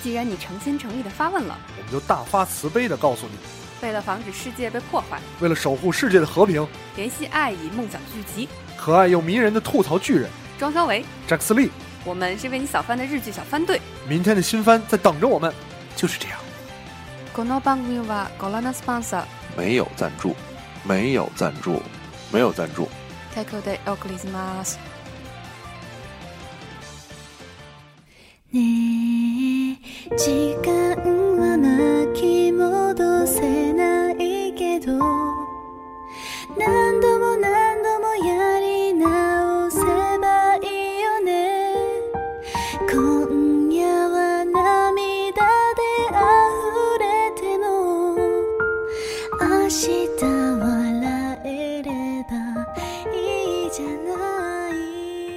既然你诚心诚意的发问了， 我们就大发慈悲的告诉你， 为了防止世界被破坏， 为了守护世界的和平， 联系爱与梦想聚集， 可爱又迷人的吐槽巨人庄小维、 Jack Lee， 我们是为你扫翻的日剧小番队。 明天的新番在等着我们，就是这样。 この番組はご覧のスポンサー没有赞助，没有赞助，没有赞助。 提供でお送りします。 ねえ、時間は巻き戻せないけど、何度も何度もやり直せばいいよね。今夜は涙で溢れても、明日笑えればいいじゃない。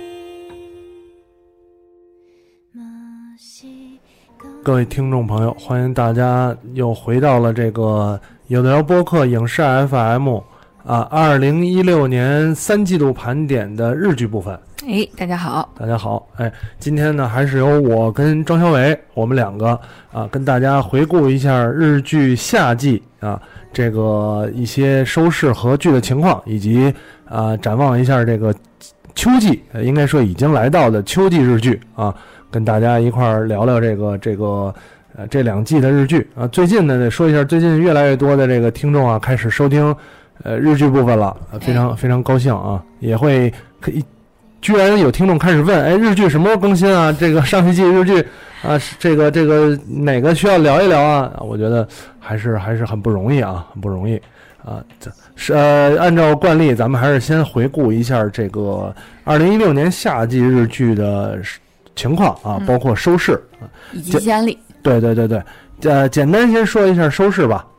各位听众朋友，欢迎大家又回到了这个有的聊播客影视 FM 2016年3季度盘点的日剧部分。 大家好， 大家好。今天呢还是由我跟庄小伟我们两个跟大家回顾一下日剧夏季这个一些收视和剧的情况，以及展望一下这个秋季，应该说已经来到的秋季日剧跟大家一块儿聊聊这两季的日剧最近呢，得说一下，最近越来越多的这个听众开始收听日剧部分了，非常非常高兴也会居然有听众开始问，日剧什么时候更新啊？这个上一季日剧这个哪个需要聊一聊啊？我觉得还是很不容易很不容易按照惯例，咱们还是先回顾一下这个2016年夏季日剧的情况包括收视以及先例。 对，简单先说一下收视吧。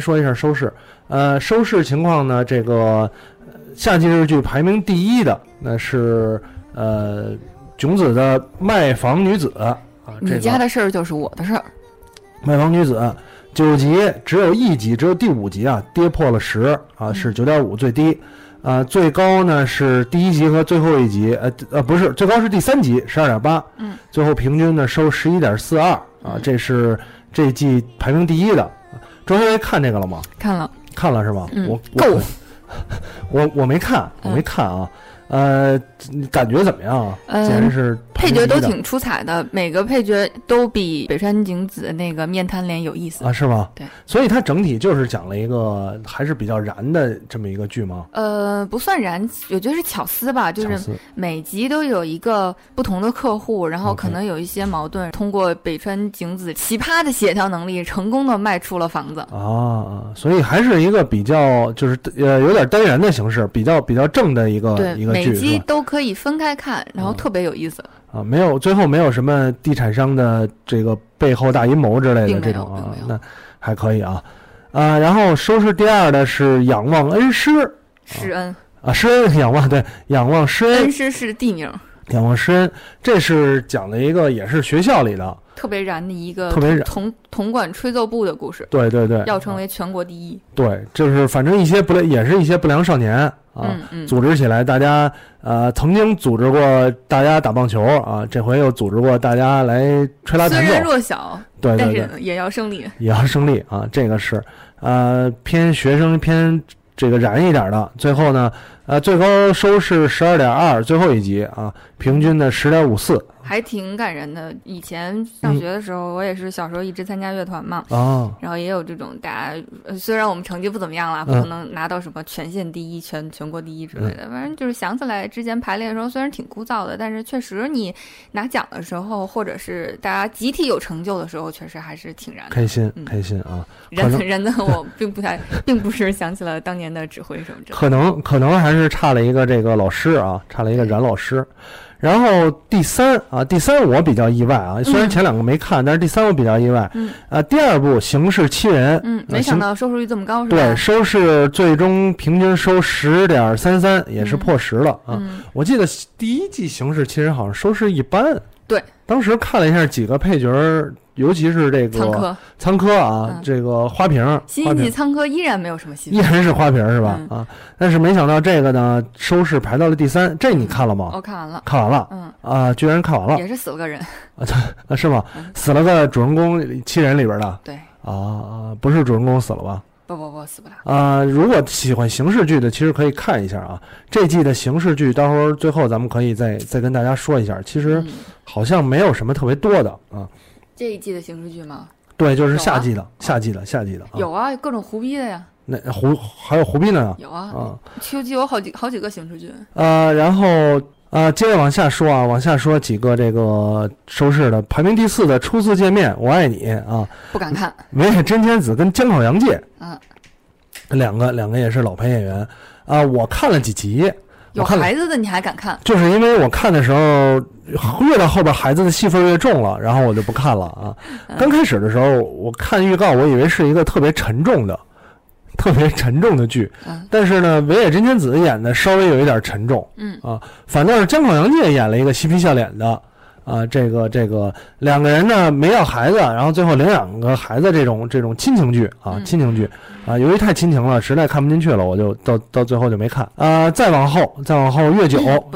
收视情况呢，这个夏季日剧排名第一的那是囧子的《卖房女子》 你家的事儿就是我的事儿。 卖房女子9集，只有1集，只有第5集跌破了10是 9.5 最低。最高呢是第1集和最后1集，不是，最高是第3集 12.8，最后平均呢收 11.42这是这季排名第一的。庄小维看这个了吗？看了是吧？我没看，感觉怎么样既然是配角都挺出彩的，每个配角都比北川景子那个面瘫脸有意思是吗？ 对， 所以它整体就是讲了一个还是比较燃的这么一个剧吗？ 不算燃，我觉得是巧思吧，就是每集都有一个不同的客户，然后可能有一些矛盾，通过北川景子奇葩的协调能力，成功的卖出了房子所以还是一个比较就是有点单元的形式，比较正的一个剧， 每集都可以分开看，然后特别有意思最后没有什么地产商的这个背后大阴谋之类的这种那还可以然后收视第二的是《仰望恩师》 施恩施恩，仰望，对，仰望施恩， 恩师是地名， 仰望施恩，这是讲了一个也是学校里的特别燃的一个特别燃铜管吹奏部的故事。 对， 要成为全国第一。 对，就是反正也是一些不良少年组织起来，大家曾经组织过大家打棒球这回又组织过大家来吹拉弹奏。 虽然弱小， 对， 但是也要胜利。 这个是偏学生偏这个燃一点的。最后呢最高收视 12.2， 最后1集平均的 10.54， 还挺感人的。以前上学的时候，我也是小时候一直参加乐团嘛，然后也有这种大家虽然我们成绩不怎么样啦，不可能拿到什么全县第一、全国第一之类的，反正就是想起来之前排练的时候，虽然挺枯燥的，但是确实你拿奖的时候，或者是大家集体有成就的时候，确实还是挺燃的， 开心人的我并不是想起了当年的指挥什么之类的，可能还是差了一个这个老师差了一个冉老师。然后第三我比较意外虽然前2个没看，但是第3我比较意外第2部《刑事七人》 没想到收视率这么高，是吧？ 对，收视最终平均收 10.33， 也是破10了我记得第1季《刑事七人》好像收视一般， 对， 当时看了一下几个配角尤其是这个仓科啊，这个花瓶， 新一季仓科依然没有什么戏份， 依然是花瓶是吧？啊，但是没想到这个呢，收视排到了第3，这你看了吗？ 我看完了， 看完了，居然看完了， 也是死了个人啊，是吗？死了个主人公7人里边的， 对不是主人公死了吧？ 不死不了如果喜欢刑事剧的，其实可以看一下啊。这季的刑事剧，待会儿最后咱们可以再跟大家说一下。其实好像没有什么特别多的啊。 这一季的刑事剧吗？ 对，就是夏季的。 有啊，各种胡逼的呀。 那还有胡逼呢？ 有啊。秋季有好几个刑事剧。 然后接着往下说几个这个收视的，排名第4的《初次见面我爱你》啊， 不敢看。 梅野真千子跟江口洋介，两个也是老牌演员我看了几集， 有孩子的你还敢看？ 就是因为我看的时候，越到后边孩子的戏份越重了，然后我就不看了啊。刚开始的时候，我看预告，我以为是一个特别沉重的剧，但是呢，尾野真千子演的稍微有一点沉重，反倒是江口洋介演了一个嬉皮笑脸的，这个两个人呢没要孩子，然后最后领养个孩子这种亲情剧由于太亲情了，实在看不进去了，我就到最后就没看再往后月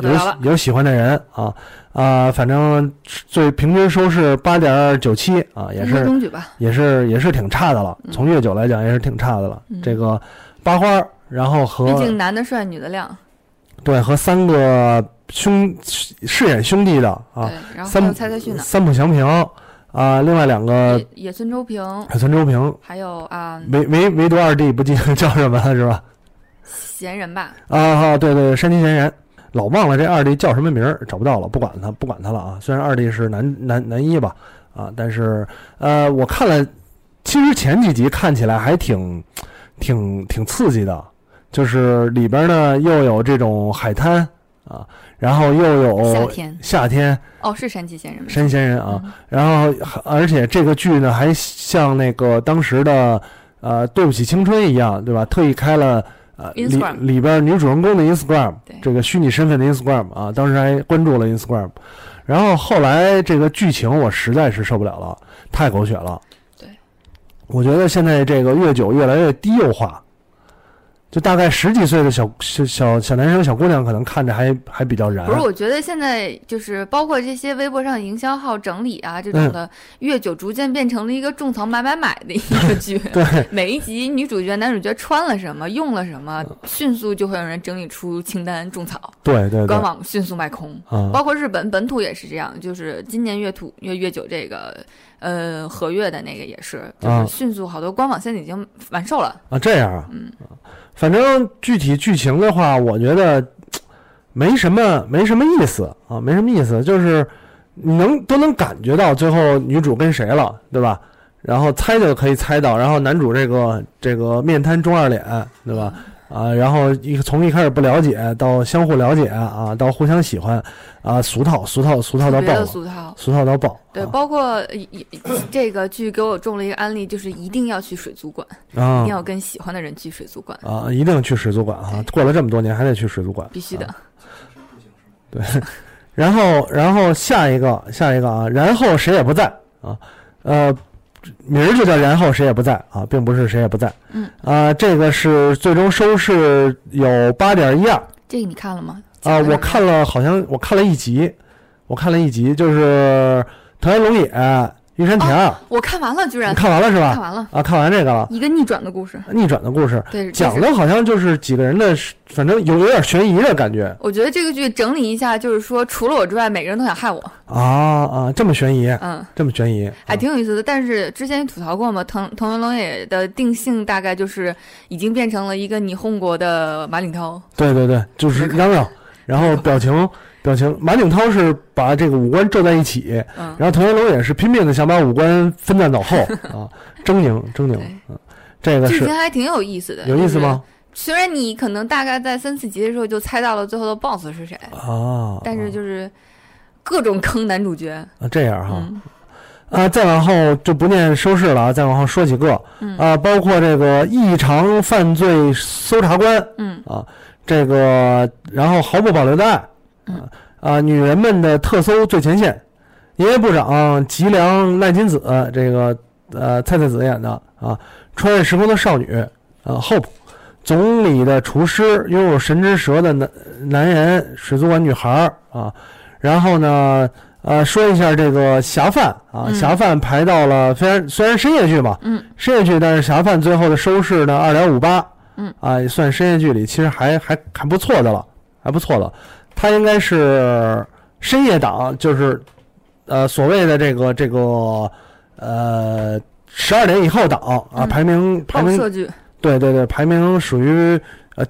9有喜欢的人反正最平均收视8.97也是挺差的了，从月9来讲也是挺差的了。这个八花，然后和毕竟男的帅女的亮， 对，和3个饰演兄弟的对，然后还有蔡旭呢， 三浦祥平另外2个野村周平，还有唯独2弟不记得叫什么了是吧？ 闲人吧对，山崎贤人，老忘了这2弟叫什么名儿，找不到了，不管他了啊。虽然2弟是男一吧但是我看了，其实前几集看起来还挺刺激的，就是里边呢又有这种海滩然后又有夏天是山崎贤人然后而且这个剧呢还像那个当时的对不起青春一样，对吧？特意开了里边女主人公的 Instagram， 这个虚拟身份的 Instagram 当时还关注了 Instagram。然后后来这个剧情我实在是受不了了，太狗血了。 对， 我觉得现在这个月9越来越低幼化，就大概10几岁的小男生小姑娘可能看着还比较燃。 不是，我觉得现在就是包括这些微博上的营销号整理这种的，月9逐渐变成了一个种草买的一个剧。 对， 每一集女主角男主角穿了什么用了什么，迅速就会有人整理出清单种草。 对， 官网迅速卖空。包括日本本土也是这样，就是今年月9这个和月的那个也是，就是迅速好多官网现在已经完售了这样反正具体剧情的话，我觉得没什么意思没什么意思，就是你都能感觉到最后女主跟谁了，对吧？然后猜就可以猜到，然后男主这个面瘫中二脸，对吧？然后从一开始不了解到相互了解到互相喜欢俗套到爆，俗套到爆。 对，包括这个剧给我中了一个案例，就是一定要去水族馆一定要跟喜欢的人去水族馆一定去水族馆过了这么多年还得去水族馆， 必须的对，然后下一个然后谁也不在名儿就叫然后谁也不在并不是谁也不在这个是最终收视有8.12。 这个你看了吗？ 我看了，好像我看了一集，就是藤原龙也、玉山田我看完了，居然你看完了是吧？ 看完了看完这个了， 一个逆转的故事， 对，讲的好像就是几个人的，反正有点悬疑的感觉。 我觉得这个剧整理一下，就是说除了我之外，每个人都想害我这么悬疑，这么悬疑， 还挺有意思的。但是之前吐槽过嘛，藤原龙也的定性大概就是已经变成了一个霓虹国的马景涛， 对，就是嚷嚷，然后表情，马景涛是把这个五官皱在一起，然后藤原龙也是拼命的想把五官分在脑后狰狞，这个是剧情还挺有意思的， 有意思吗？ 虽然你可能大概在3、4集的时候就猜到了最后的 BOSS 是谁但是就是各种坑男主角这样再往后就不念收视了再往后说几个包括这个异常犯罪搜查官这个然后毫不保留的爱女人们的特搜最前线， 营业部长吉良赖金子，这个菜菜子演的啊，穿越时空的少女Hope， 总理的厨师，拥有神之舌的男人，水族馆女孩啊。然后呢，说一下这个侠饭啊，侠饭排到了虽然深夜剧嘛，深夜剧，但是侠饭最后的收视呢2.58，也算深夜剧里其实还不错的了，还不错了。它应该是深夜档，就是所谓的这个12点以后档啊，排名报社剧， 对，排名属于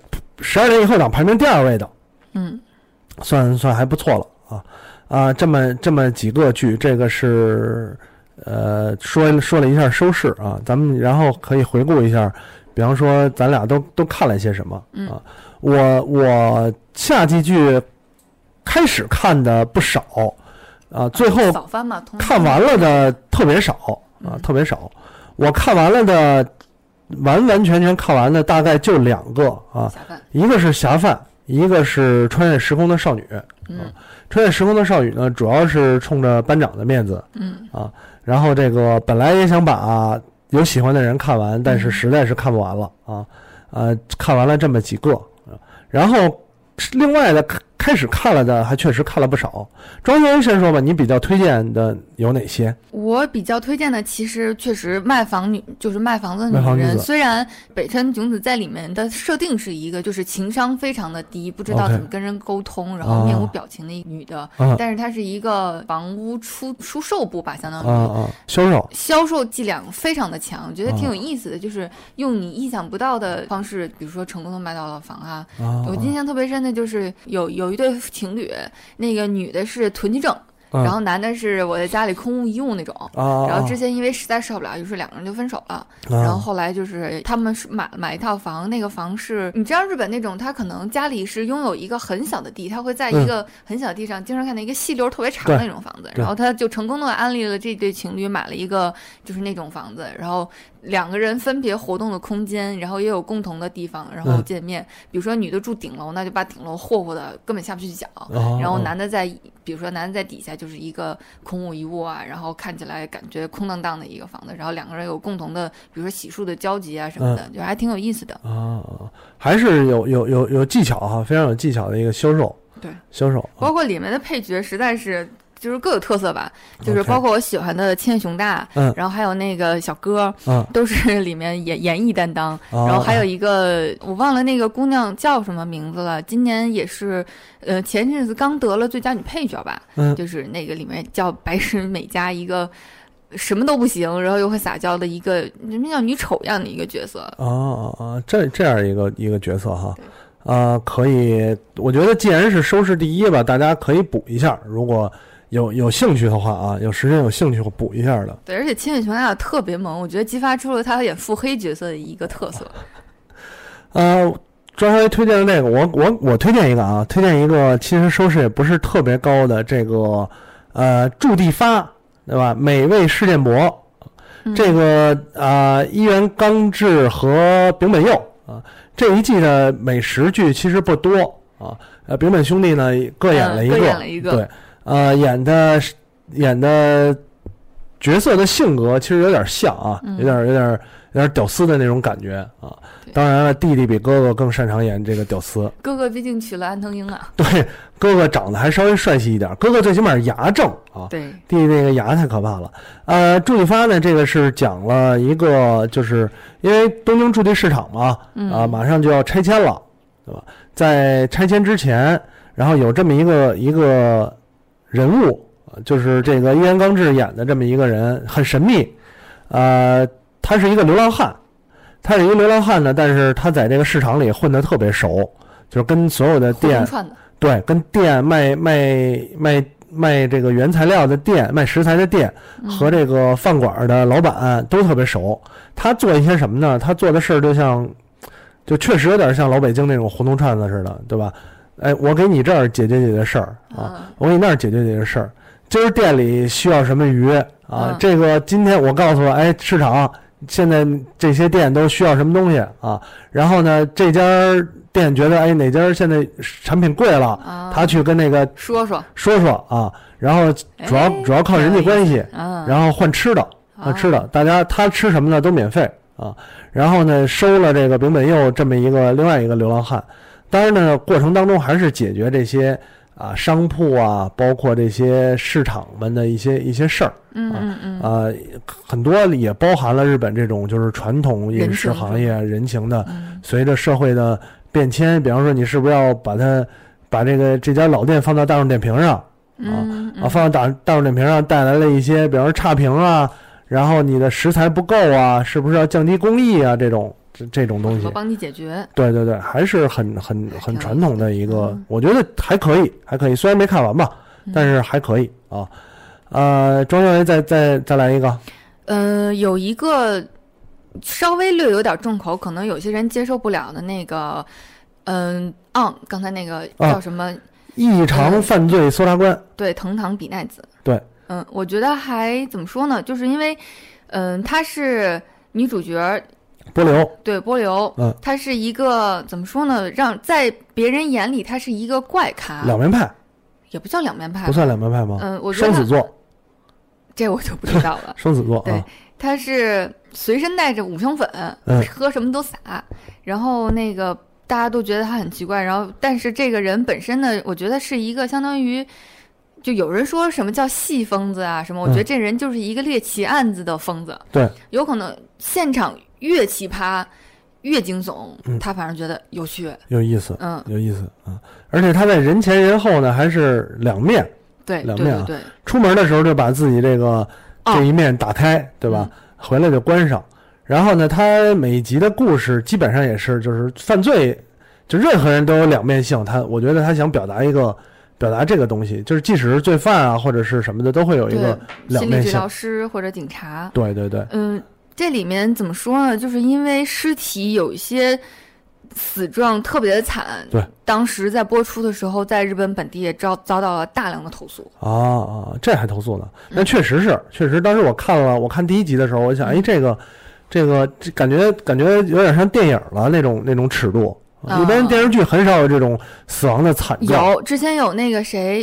12点以后档排名第2位的，算还不错了啊，这么几个剧，这个是说了一下收视啊，咱们然后可以回顾一下，比方说咱俩都看了些什么啊？我夏季剧开始看的不少啊，最后看完了的特别少啊，特别少。我看完了的完全看完的大概就2个啊，一个是侠饭，一个是穿越时空的少女。穿越时空的少女呢，主要是冲着班长的面子，然后这个本来也想把有喜欢的人看完，但是实在是看不完了看完了这么几个，然后另外的开始看了的还确实看了不少。庄先生先说吧，你比较推荐的有哪些？ 我比较推荐的其实确实就是卖房子的女人。虽然北川景子在里面的设定是一个就是情商非常的低，不知道怎么跟人沟通，然后面无表情的一个女的，但是她是一个房屋出售部吧，相当于销售伎俩非常的强，我觉得挺有意思的，就是用你意想不到的方式，比如说成功的卖到了房啊。我印象特别深的就是有一对情侣，那个女的是囤积症，然后男的是我在家里空无一物那种，然后之前因为实在受不了，于是2个人就分手了。然后后来就是他们是买一套房，那个房是你知道日本那种，他可能家里是拥有一个很小的地，他会在一个很小的地上经常看到一个细溜特别长的那种房子，然后他就成功的安利了这对情侣买了一个就是那种房子，然后2个人分别活动的空间，然后也有共同的地方，然后见面。比如说女的住顶楼，那就把顶楼霍霍的根本下不去脚，然后男的比如说男的在底下就是一个空无一物啊，然后看起来感觉空荡荡的一个房子，然后2个人有共同的比如说洗漱的交集啊什么的，就还挺有意思的还是有技巧哈，非常有技巧的一个销售， 包括里面的配角实在是就是各有特色吧，就是包括我喜欢的千叶雄大，然后还有那个小哥，都是里面演艺担当，然后还有一个我忘了那个姑娘叫什么名字了，今年也是前阵子刚得了最佳女配角吧，就是那个里面叫白石美嘉，一个什么都不行，然后又会撒娇的一个人家叫女丑样的一个角色。 这样一个角色哈，可以，我觉得既然是收视第一吧，大家可以补一下，如果有兴趣的话啊，有时间有兴趣会补一下的。 对，而且千叶雄大特别萌，我觉得激发出了他演腹黑角色的一个特色。 庄小维推荐的这个，我推荐一个啊，推荐一个其实收视也不是特别高的这个驻地发，对吧？美味事件簿，这个伊原刚志和柄本佑这一季的美食剧其实不多柄本兄弟呢各演了一个，对。演的角色的性格其实有点像有点屌丝的那种感觉当然了，弟弟比哥哥更擅长演这个屌丝。 哥哥毕竟娶了安藤樱啊。 对，哥哥长得还稍微帅气一点，哥哥最起码牙正对， 弟弟那个牙太可怕了。驻地发呢，这个是讲了一个，就是因为东京驻地市场嘛，马上就要拆迁了，对吧？在拆迁之前，然后有这么一个人物，就是这个伊原刚志演的这么一个人，很神秘，他是一个流浪汉，呢，但是他在这个市场里混得特别熟，就是跟所有的店，对，跟店卖这个原材料的店、卖食材的店和这个饭馆的老板都特别熟。他做一些什么呢？他做的事儿就确实有点像老北京那种胡同串子似的，对吧？我给你这儿解决事儿我给你那儿解决事儿。今儿店里需要什么鱼这个今天我告诉了，市场现在这些店都需要什么东西然后呢，这家店觉得哪家现在产品贵了他去跟那个说然后主要靠人际关系，然后换吃的，大家他吃什么呢都免费啊。然后呢，收了这个丙本佑这么另外一个流浪汉。当然呢，过程当中还是解决这些商铺啊，包括这些市场们的一些事儿，很多也包含了日本这种就是传统饮食行业人情的，随着社会的变迁，比方说你是不是要把这家老店放到大众点评上放到大众点评上带来了一些，比方说差评啊，然后你的食材不够啊，是不是要降低工艺啊，这种东西我帮你解决。 对对对，还是很传统的一个，我觉得还可以，虽然没看完吧，但是还可以啊。庄小维再来一个。 有一个稍微略有点重口，可能有些人接受不了的那个，刚才那个叫什么？ 异常犯罪搜查官。 对，藤堂比奈子。 对。 我觉得还怎么说呢？就是因为，她是女主角。 波流， 对，波流，他是一个怎么说呢？让在别人眼里，他是一个怪咖， 两面派， 也不叫两面派， 不算两面派吗？ 我觉得双子座， 这我就不知道了。 双子座， 对，他是随身带着五香粉，喝什么都洒，然后那个大家都觉得他很奇怪，然后但是这个人本身呢，我觉得是一个相当于。就有人说什么叫戏疯子啊什么，我觉得这人就是一个猎奇案子的疯子。 对， 有可能现场越奇葩越惊悚，他反正觉得有趣有意思，有意思啊！而且他在人前人后呢还是两面， 对， 两面啊。 对， 出门的时候就把自己这一面打开，对吧？回来就关上。然后呢，他每一集的故事基本上也是就是犯罪，就任何人都有两面性。我觉得他想表达这个东西，就是即使是罪犯啊或者是什么的，都会有一个两面性。 心理治疗师或者警察。 对对对。 这里面怎么说呢？就是因为尸体有一些死状特别的惨， 对， 当时在播出的时候，在日本本地也遭到了大量的投诉。 这还投诉呢？那确实，当时我看第一集的时候，我想，这个感觉有点像电影了那种尺度。一般电视剧很少有这种死亡的惨状。 之前有那个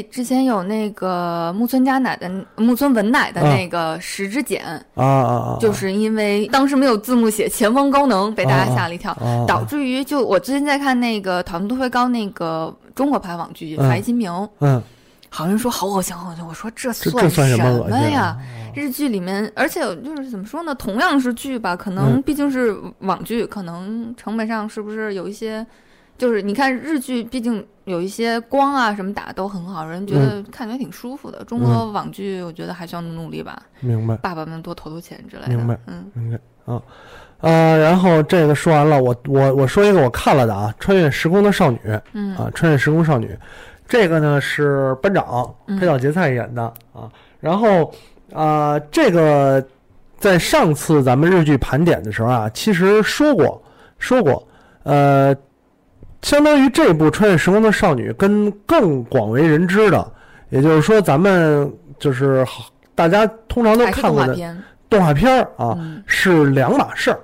木村文乃的那个十之茧就是因为当时没有字幕写前方高能，被大家吓了一跳，导致于就我最近在看那个讨论度会高那个中国拍网剧《法医秦明》，好像说好恶心，我说这算什么呀？日剧里面，而且就是怎么说呢？同样是剧吧，可能毕竟是网剧，可能成本上是不是有一些，就是你看日剧，毕竟有一些光啊什么打都很好，人觉得看着挺舒服的。中国网剧我觉得还需要努力吧。明白。爸爸们多投钱之类的。 明白。明白啊。然后这个说完了，我说一个我看了的啊，《穿越时空的少女》。穿越时空少女，这个呢是班长黑岛结菜演的啊。然后这个在上次咱们日剧盘点的时候啊，其实说过，相当于这部《穿越时空的少女》跟更广为人知的，也就是说咱们就是大家通常都看过的动画片是两码事儿。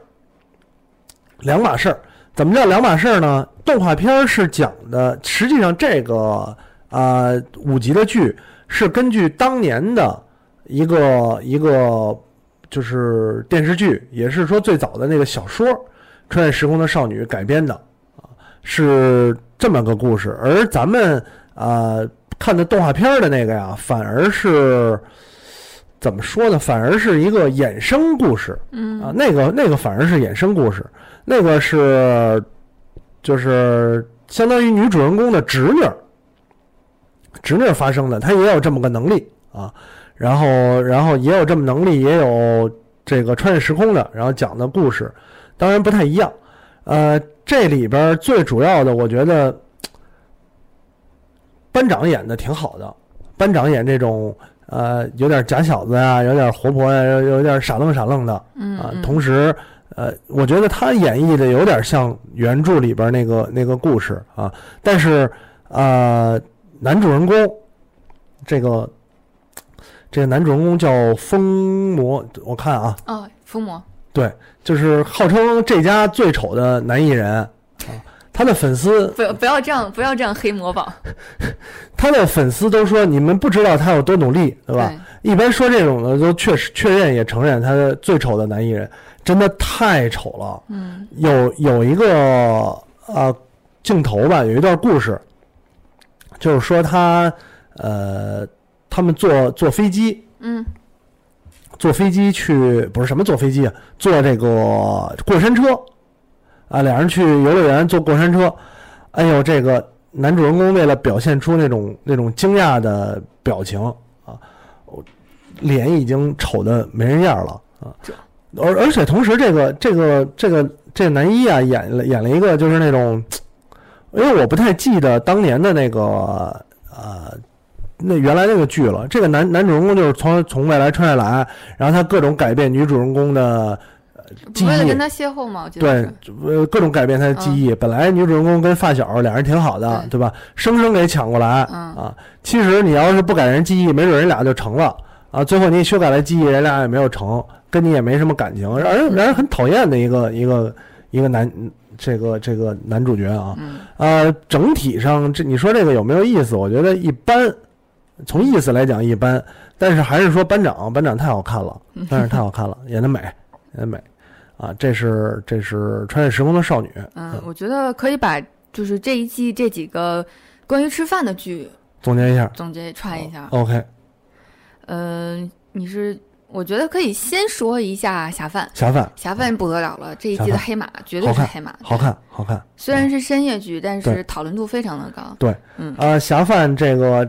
怎么叫两码事儿呢？动画片是讲的，实际上这个5集的剧是根据当年的一个就是电视剧，也是说最早的那个小说《穿越时空的少女》改编的是这么个故事。而咱们看的动画片的那个呀，反而是怎么说呢？反而是一个衍生故事。那个反而是衍生故事，那个是就是相当于女主人公的侄女发生的，她也有这么个能力啊。然后也有这么能力，也有这个穿越时空的，然后讲的故事当然不太一样。这里边最主要的，我觉得班长演的挺好的。班长演这种有点假小子啊，有点活泼呀，有点傻愣的同时我觉得他演绎的有点像原著里边那个故事啊。但是男主人公这个男主人公叫疯魔，我看啊， 疯魔， 对，就是号称这家最丑的男艺人他的粉丝不要这样黑模仿。 他的粉丝都说你们不知道他有多努力，对吧？一般说这种的都确认也承认他的最丑的男艺人真的太丑了。有一个镜头吧，有一段故事，就是说他们坐飞机，坐飞机去，不是什么坐飞机啊，坐这个过山车啊，俩人去游乐园坐过山车。哎呦，这个男主人公为了表现出那种惊讶的表情啊，脸已经丑得没人样了啊。而且同时这个男一啊演了一个就是那种，因为我不太记得当年的那个那原来那个剧了。这个男主人公就是从未来穿越来，然后他各种改变女主人公的记忆， 为了跟他邂逅嘛，我记得对，各种改变他的记忆。本来女主人公跟发小俩人挺好的，对吧？生生给抢过来啊！其实你要是不改人记忆，没准人俩就成了啊。最后你修改了记忆，人俩也没有成，跟你也没什么感情，让人很讨厌的一个男这个男主角啊。整体上你说这个有没有意思？我觉得一般，从意思来讲一般，但是还是说班长太好看了，但是太好看了，演得美啊。这是穿越时空的少女。 我觉得可以把就是这一季这几个关于吃饭的剧总结串一下。 OK。 我觉得可以先说一下侠饭不得了了，这一季的黑马绝对是黑马， 好看。 虽然是深夜剧，但是讨论度非常的高。 对，侠饭这个，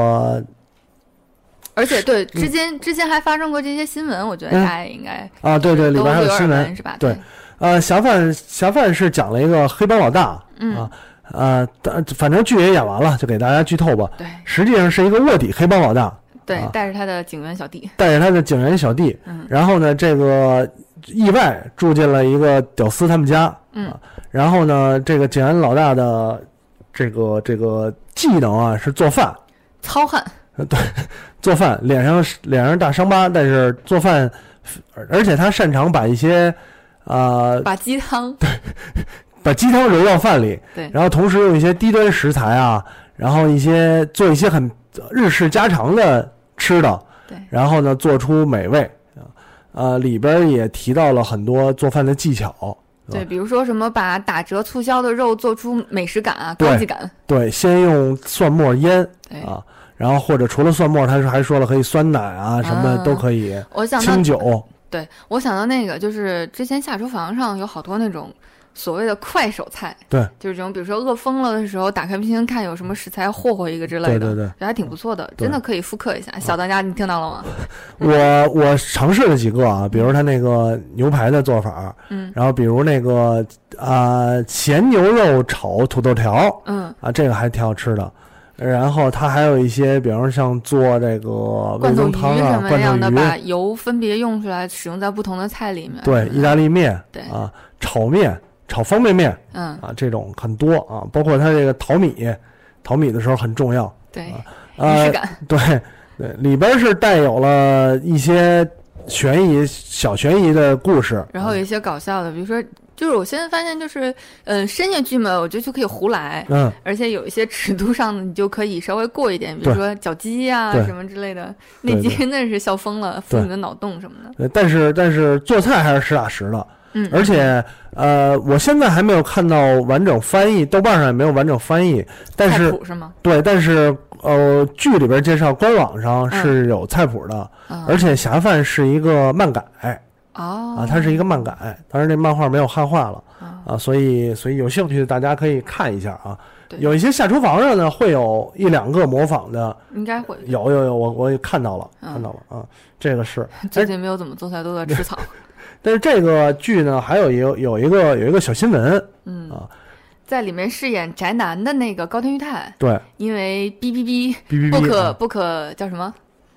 而且对之前还发生过这些新闻，我觉得大家应该对，里边还有新闻是吧？ 对，侠饭是讲了一个黑帮老大，反正剧也演完了，就给大家剧透吧。 对， 实际上是一个卧底黑帮老大。 对，带着他的警员小弟， 然后呢，这个意外住进了一个屌丝他们家，然后呢，这个警员老大的这个技能啊是做饭， 糙汉， 对，做饭脸上大伤疤，但是做饭，而且他擅长把一些把鸡汤， 对，把鸡汤揉到饭里， 对，然后同时用一些低端食材啊，然后做一些很日式家常的吃的， 对， 然后呢做出美味里边也提到了很多做饭的技巧， 对，比如说什么把打折促销的肉做出美食感啊，高级感， 对，先用蒜末腌然后或者除了蒜末，他还说了可以酸奶啊，什么都可以， 我想清酒， 对，我想到那个就是之前下厨房上有好多那种所谓的快手菜， 对， 就是这种，比如说饿疯了的时候，打开冰箱看有什么食材霍霍一个之类的， 对， 就还挺不错的，真的可以复刻一下。小当家，你听到了吗？ 我尝试了几个啊，比如他那个牛排的做法，然后比如那个咸牛肉炒土豆条，这个还挺好吃的。然后他还有一些，比方像做这个罐头鱼什么样的，把油分别用出来，使用在不同的菜里面。 对，意大利面， 对炒面。炒方便面，这种很多啊，包括它这个淘米的时候很重要， 对，仪式感， 对，里边是带有了一些小悬疑的故事， 然后有一些搞笑的，比如说，就是我现在发现就是，深夜剧嘛，我觉得就可以胡来，而且有一些尺度上的你就可以稍微过一点，比如说绞鸡啊什么之类的，那集真的是笑疯了，妇女的脑洞什么的。 但是做菜还是实打实的。而且我现在还没有看到完整翻译，豆瓣上也没有完整翻译，但是菜谱是吗？ 对，但是剧里边介绍官网上是有菜谱的，而且侠饭是一个漫改它是一个漫改，当然这漫画没有汉化了所以有兴趣的大家可以看一下啊。有一些下厨房上呢会有一两个模仿的， 应该会有我也看到了这个是最近没有怎么做菜，都在吃草。 但是这个剧呢，还有一个小新闻， 在里面饰演宅男的那个高田裕太， 对，因为不可叫什么？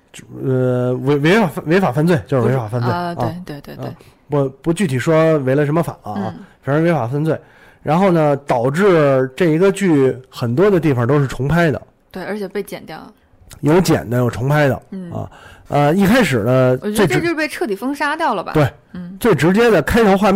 违法犯罪，就是违法犯罪啊！ 对，不具体说违了什么法反正违法犯罪。然后呢，导致这一个剧很多的地方都是重拍的， 对，而且被剪掉， 有剪的，有重拍的，一开始呢， 我觉得这就是被彻底封杀掉了吧？ 对，最直接的开头画面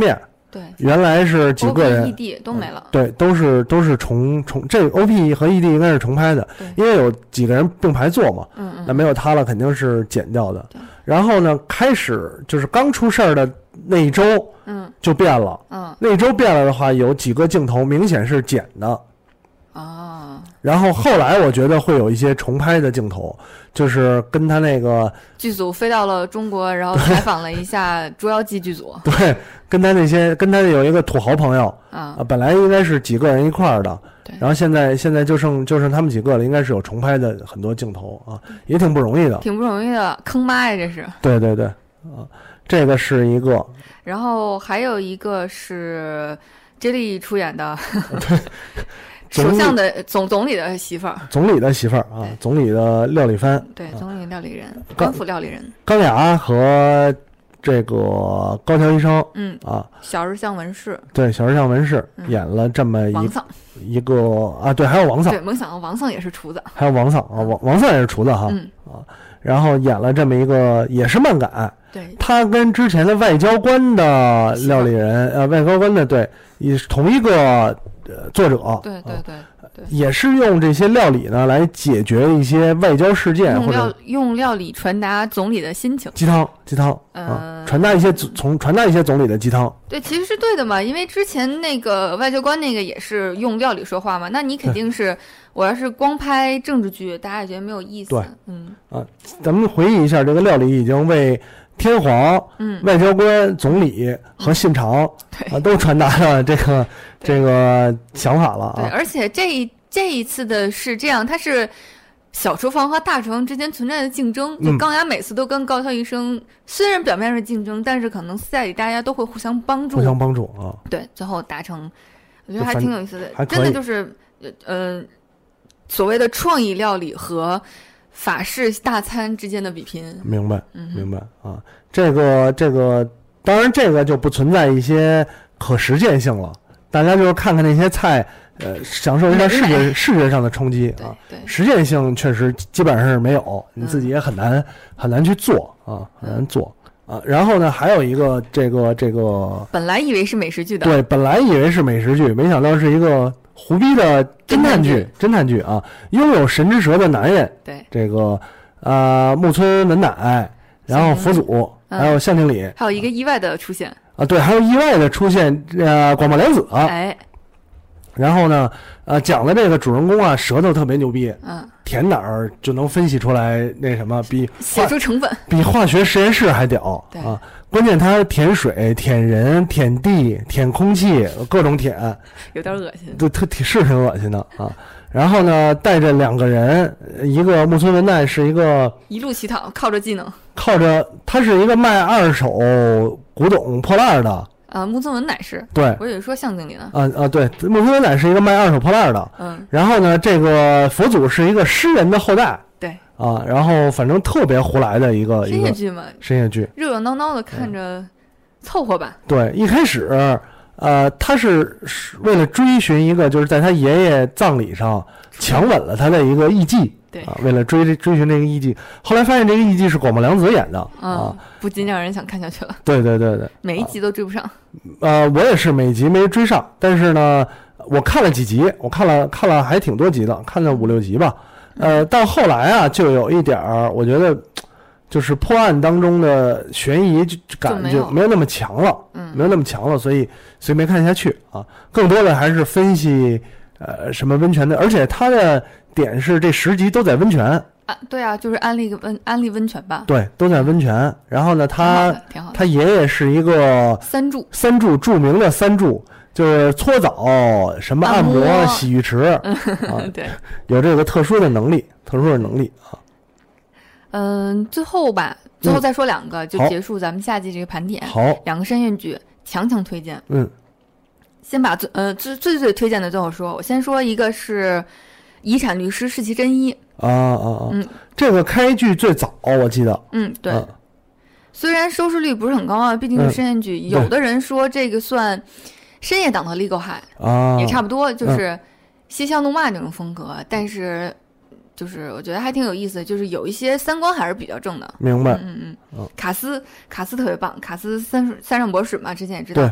对， 原来是几个人 ，OP、ED 都没了。 对，都是重，这 OP 和 ED 应该是重拍的，因为有几个人并排坐嘛，那没有他了，肯定是剪掉的。然后呢，开始就是刚出事儿的那一周，就变了，那一周变了的话，有几个镜头明显是剪的。然后后来我觉得会有一些重拍的镜头，就是跟他那个剧组飞到了中国，然后采访了一下《捉妖记》剧组。 对，跟他有一个土豪朋友本来应该是几个人一块儿的，然后现在就剩他们几个了，应该是有重拍的很多镜头啊，也挺不容易的， 挺不容易的，坑妈呀这是。 对这个是一个， 然后还有一个是 J 莉出演的。首相的总理的媳妇儿，总理的料理番，对，总理料理人，官府料理人， 钢雅和这个高桥医生， 小日向文世， 对，小日向文世演了这么一个对，还有王丧， 对，王丧也是厨子， 还有王丧王丧也是厨子哈，然后演了这么一个也是漫改， 对， 他跟之前的外交官的料理人外交官的对，也是同一个作者， 对， 也是用这些料理呢来解决一些外交事件，或者用料理传达总理的心情， 鸡汤传达一些总理的鸡汤。 对，其实是对的嘛，因为之前那个外交官那个也是用料理说话嘛，那你肯定是我要是光拍政治剧，大家也觉得没有意思。 对，咱们回忆一下，这个料理已经为天皇、外交官、总理和信长都传达了这个想法了啊。 对，而且这一次的是这样，它是小厨房和大厨房之间存在的竞争。就钢雅每次都跟高桥医生，虽然表面是竞争，但是可能私下里大家都会互相帮助啊。 对，最后达成，我觉得还挺有意思的。真的就是所谓的创意料理和法式大餐之间的比拼。 明白啊。这个当然这个就不存在一些可实践性了，大家就是看看那些菜享受一下视觉上的冲击啊。对，实践性确实基本上是没有，你自己也很难去做啊，很难做啊。然后呢，还有一个这个本来以为是美食剧的， 对，本来以为是美食剧，没想到是一个胡逼的侦探剧啊。拥有神之舌的男人，对，这个木村文乃，然后佛祖，还有向井理， 还有一个意外的出现啊，对，还有意外的出现广末凉子，然后呢讲的这个主人公啊，舌头特别牛逼，舔哪儿就能分析出来那什么， 写出成分比化学实验室还屌啊！关键他舔水、舔人、舔地、舔空气，各种舔， 有点恶心， 对，挺恶心的啊。然后呢，带着两个人，一个木村文乃是一个一路乞讨，靠着技能， 他是一个卖二手古董破烂的。 木村文乃是， 对， 我以为说向经理呢。 对，木村文乃是一个卖二手破烂的。然后呢，这个佛祖是一个诗人的后代。 对。 然后反正特别胡来的一个深夜剧嘛， 深夜剧， 热热闹闹的，看着凑合吧。 对，一开始他是为了追寻一个，就是在他爷爷葬礼上强吻了他的一个艺妓。对为了追寻这个艺妓，后来发现这个艺妓是广末凉子演的不禁让人想看下去了。 对， 每一集都追不上。 我也是每集没追上，但是呢，我看了几集，我看了还挺多集的，看了5-6集吧。到后来啊，就有一点我觉得就是破案当中的悬疑感就没有那么强了，没有那么强了，所以没看下去啊。更多的还是分析什么温泉的，而且它的点是这10集都在温泉对啊，就是安利温泉吧。对， 都在温泉。然后呢，他爷爷是一个三柱著名的三柱，就是搓澡、什么按摩、洗浴池对， 有这个特殊的能力啊。 最后再说2个就结束咱们夏季这个盘点。 好 ，2个深夜剧强推荐。先把最推荐的最后说，我先说一个是遗产律师世崎真一这个开剧最早我记得。 对，虽然收视率不是很高啊，毕竟是深夜剧，有的人说这个算深夜档的 Legal High 也差不多，就是嬉笑怒骂这种风格，但是就是我觉得还挺有意思的，就是有一些三观还是比较正的。 明白。 卡斯特别棒，卡斯三上博史嘛，之前也知道。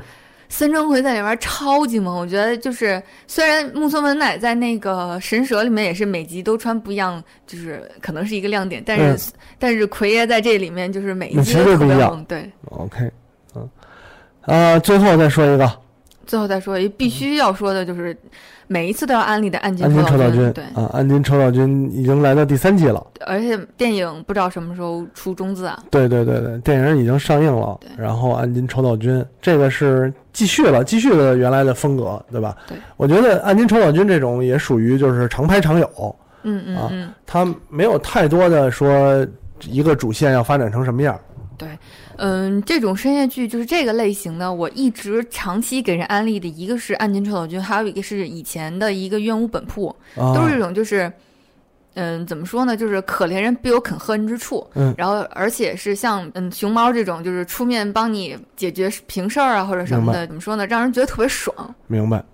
孙征奎在里面超级萌，我觉得就是虽然木村文乃在那个神蛇里面也是每集都穿不一样，就是可能是一个亮点，但是奎爷在这里面就是每一集都特别萌。对 ，OK， 最后再说一个， 必须要说的就是每一次都要安利的岸津抽岛君。 对啊，岸津抽岛君已经来到第3季了， 而且电影不知道什么时候出中字啊。 对，电影已经上映了，然后岸津抽岛君这个是继续了原来的风格，对吧？ 对， 我觉得岸津抽岛君这种也属于就是常拍常有，他没有太多的说一个主线要发展成什么样。 对，这种深夜剧就是这个类型的，我一直长期给人安利的一个是岸津抽岛君，还有一个是以前的一个怨屋本铺，都是这种就是怎么说呢，就是可怜人必有肯恨之处，然后而且是像熊猫这种就是出面帮你解决平事儿啊或者什么的，怎么说呢，让人觉得特别爽。明白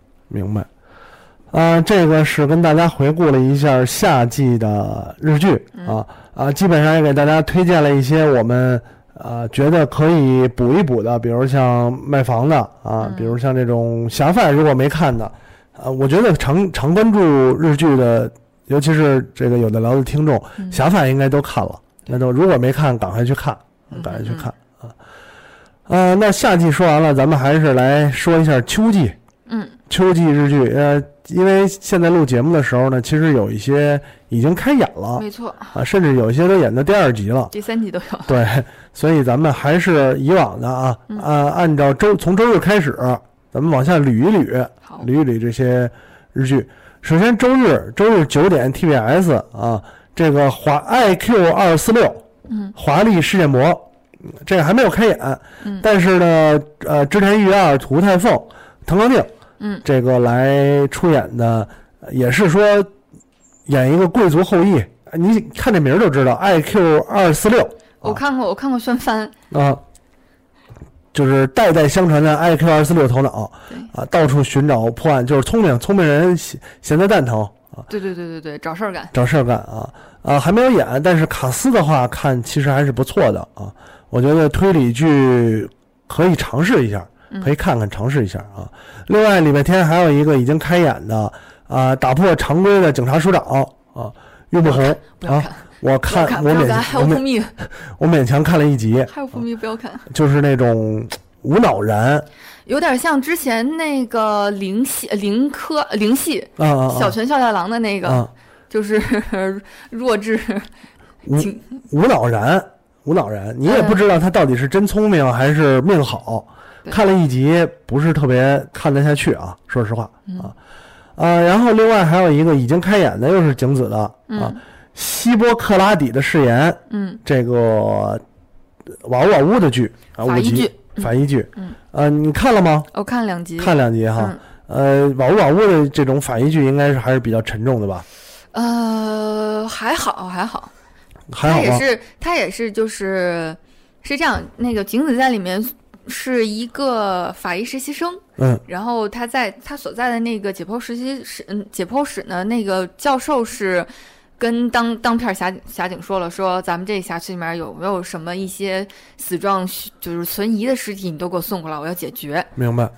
这个是跟大家回顾了一下夏季的日剧基本上也给大家推荐了一些我们觉得可以补一补的，比如像卖房的比如像这种侠饭，如果没看的我觉得常关注日剧的，尤其是这个有的聊的听众，侠饭应该都看了，那都如果没看赶快去看那夏季说完了，咱们还是来说一下秋季。秋季日剧因为现在录节目的时候呢，其实有一些已经开演了， 没错甚至有一些都演到第2集了， 第3集都有。 对，所以咱们还是以往的按照从周日开始，咱们往下捋一捋这些日剧。首先周日9点 TBS 这个IQ246 华丽事件簿，这个还没有开演，但是呢织田裕二、土屋太凤、藤冈靛这个来出演的，也是说演一个贵族后裔，你看这名就知道 IQ246。 我看过宣番就是代代相传的 IQ246 头脑到处寻找破案，就是聪明人闲在蛋疼对，找事儿干还没有演，但是卡斯的话看其实还是不错的我觉得推理剧可以尝试一下，可以看看尝试一下另外礼拜天还有一个已经开演的打破常规的警察署长玉木宏我勉强看了1集， 还有伏迷不要看， 就是那种无脑燃， 有点像之前那个灵系小泉孝太郎的那个就是弱智无脑燃，你也不知道他到底是真聪明还是命好，看了1集不是特别看得下去说实话然后另外还有一个已经开演的，又是景子的希波克拉底的誓言这个瓦屋的剧法医剧你看了吗？ 我看2集瓦屋的这种法医剧应该是还是比较沉重的吧？ 还好他也是就是这样，那个景子在里面是一个法医实习生然后他所在的那个解剖室呢，那个教授是跟当片辖警说咱们这辖区里面有没有什么一些死状就是存疑的尸体，你都给我送过来，我要解决。明白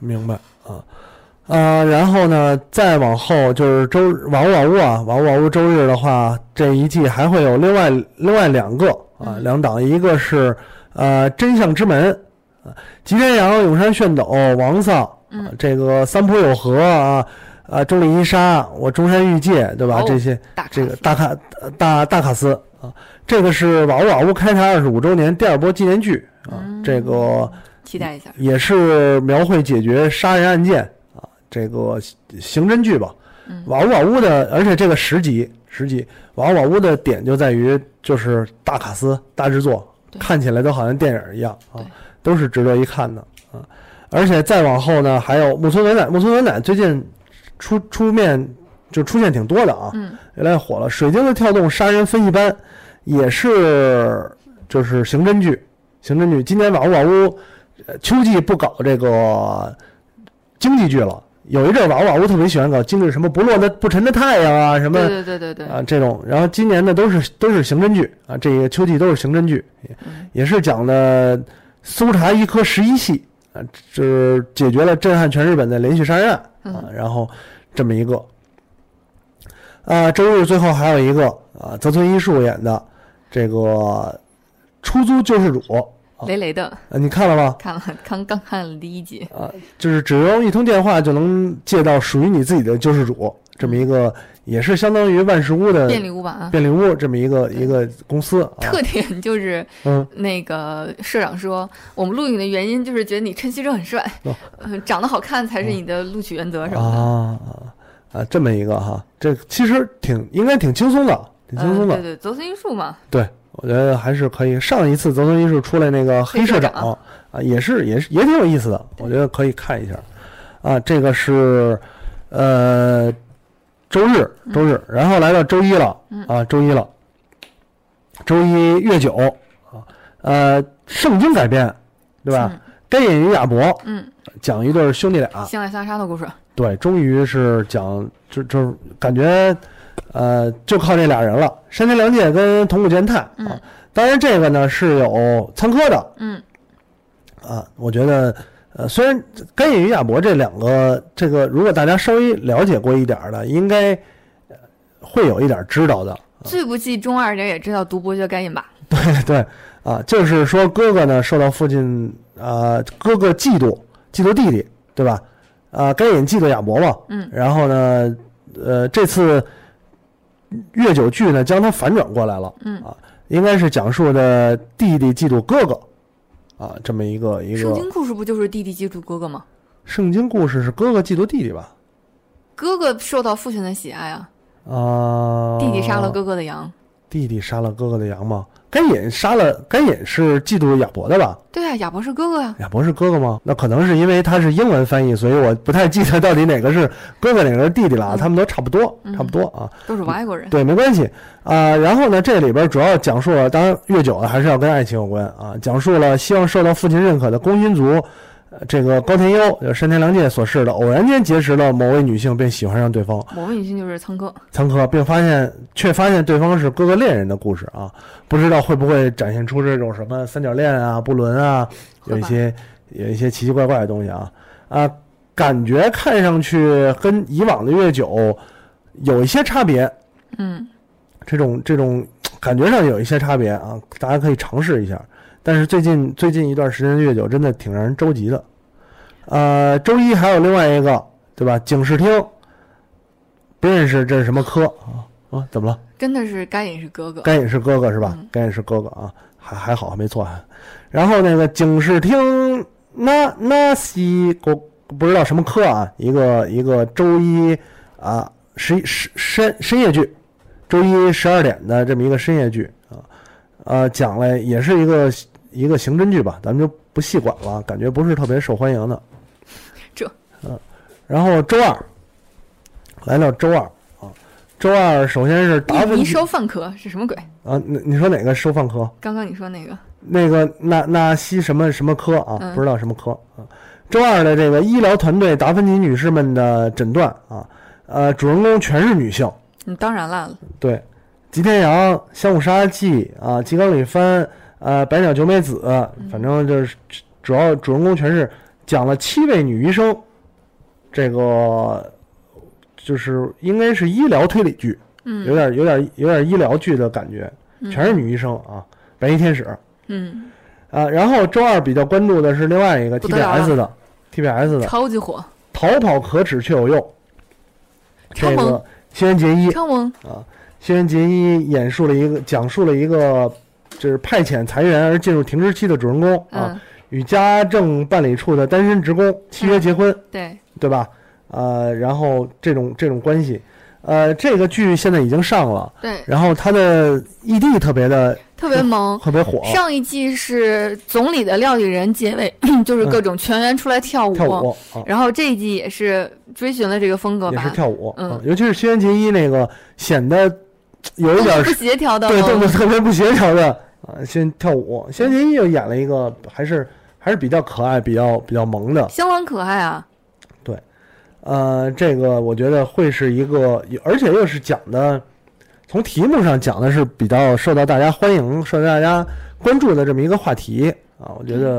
然后呢再往后就是瓦屋周日的话，这一季还会有另外2个2档，一个是真相之门吉田洋、永山炫斗、王丧这个三浦友和中里伊沙、我中山裕介，对吧？这些这个大卡司这个是瓦屋开台25周年第2波纪念剧这个期待一下， 也是描绘解决杀人案件这个刑侦剧吧。瓦屋的，而且这个10集瓦屋的点就在于就是大卡司大制作，看起来都好像电影一样都是值得一看的而且再往后呢还有木村文乃最近出面就出现挺多的原来火了。水晶的跳动杀人分析班也是就是刑侦剧。今年瓦屋秋季不搞这个经济剧了，有一阵瓦屋特别喜欢搞经济，什么不沉的太阳什么对这种，然后今年的都是刑侦剧这个秋季都是刑侦剧也是讲的搜查一科11系就是解决了震撼全日本的连续杀人案啊，然后这么一个周日最后还有一个泽村一树演的这个出租救世主， 雷雷的， 你看了吗？ 看了，刚看了第1集就是只用一通电话就能借到属于你自己的救世主，这么一个也是相当于万事屋的便利屋吧， 便利屋这么一个公司， 特点就是那个社长说，我们录影的原因就是觉得你陈锡正很帅，长得好看才是你的录取原则什么的这么一个哈，这其实应该挺轻松的，挺轻松的， 对，泽村一树嘛， 对。我觉得还是可以。上一次泽村一树出来那个黑社长也挺有意思的，我觉得可以看一下这个是周日，然后来到周一了周一月9圣经改编，对吧？该隐与亚伯讲一对兄弟俩相爱相杀的故事，对， 终于是讲就感觉就靠这俩人了，山田凉介跟桐谷健太当然这个呢是有参科的我觉得虽然该隐与亚伯这两个这个如果大家稍微了解过一点的应该会有一点知道的， 最不济中二点也知道读伯爵该隐吧， 对就是说哥哥呢受到父亲哥哥嫉妒弟弟，对吧？该隐嫉妒亚伯嘛然后呢这次月9剧呢将它反转过来了应该是讲述的弟弟嫉妒哥哥这么一个圣经故事不就是弟弟嫉妒哥哥吗？ 圣经故事是哥哥嫉妒弟弟吧？ 哥哥受到父亲的喜爱弟弟杀了哥哥的羊， 弟弟杀了哥哥的羊吗？该隐是嫉妒亚伯的吧？ 对啊，亚伯是哥哥呀。 亚伯是哥哥吗？那可能是因为他是英文翻译，所以我不太记得到底哪个是哥哥哪个是弟弟了他们都差不多都是外国人。 对，没关系然后呢这里边主要讲述了，当然月9还是要跟爱情有关讲述了希望受到父亲认可的工薪族这个高田优就是山田凉介所饰的偶然间结识了某位女性并喜欢上对方， 某位女性就是仓科并却发现对方是哥哥恋人的故事不知道会不会展现出这种什么三角恋不伦有一些奇奇怪怪的东西感觉看上去跟以往的月9有一些差别这种感觉上有一些差别大家可以尝试一下。但是最近一段时间的月9真的挺让人着急的周一还有另外一个对吧？警视厅不认识这是什么科怎么了？ 真的是该隐是哥哥是吧？该隐是哥哥还好没错然后那个警视厅那西不知道什么科一个周一深夜剧，周一12点的这么一个深夜剧讲了也是一个刑侦剧吧，咱们就不细管了，感觉不是特别受欢迎的。然后周二来到周二首先是达芬奇收饭科是什么鬼你说哪个收饭科？ 刚刚你说那个那西什么科不知道什么科周二的这个医疗团队达芬奇女士们的诊断主人公全是女性。 当然了， 对，吉田洋、香武沙纪吉冈里帆白鸟久美子反正就是主人公全是讲了7位女医生，这个就是应该是医疗推理剧有点医疗剧的感觉全是女医生白衣天使然后周二比较关注的是另外一个 TBS 的超级火逃跑可耻却有用，这个新垣结衣超萌新垣结衣讲述了一个就是派遣裁员而进入停职期的主人公与家政办理处的单身职工契约结婚对吧然后这种关系这个剧现在已经上了对， 然后它的ED特别萌特别火， 上一季是总理的料理人结尾就是各种全员出来跳舞然后这一季也是追寻了这个风格吧， 也是跳舞尤其是新垣结衣那个显得有一点不协调的对动作特别不协调的先跳舞，新垣结衣又演了一个还是比较可爱比较萌的， 相当可爱对这个我觉得会是一个，而且又是讲的从题目上讲的是比较受到大家欢迎受到大家关注的这么一个话题我觉得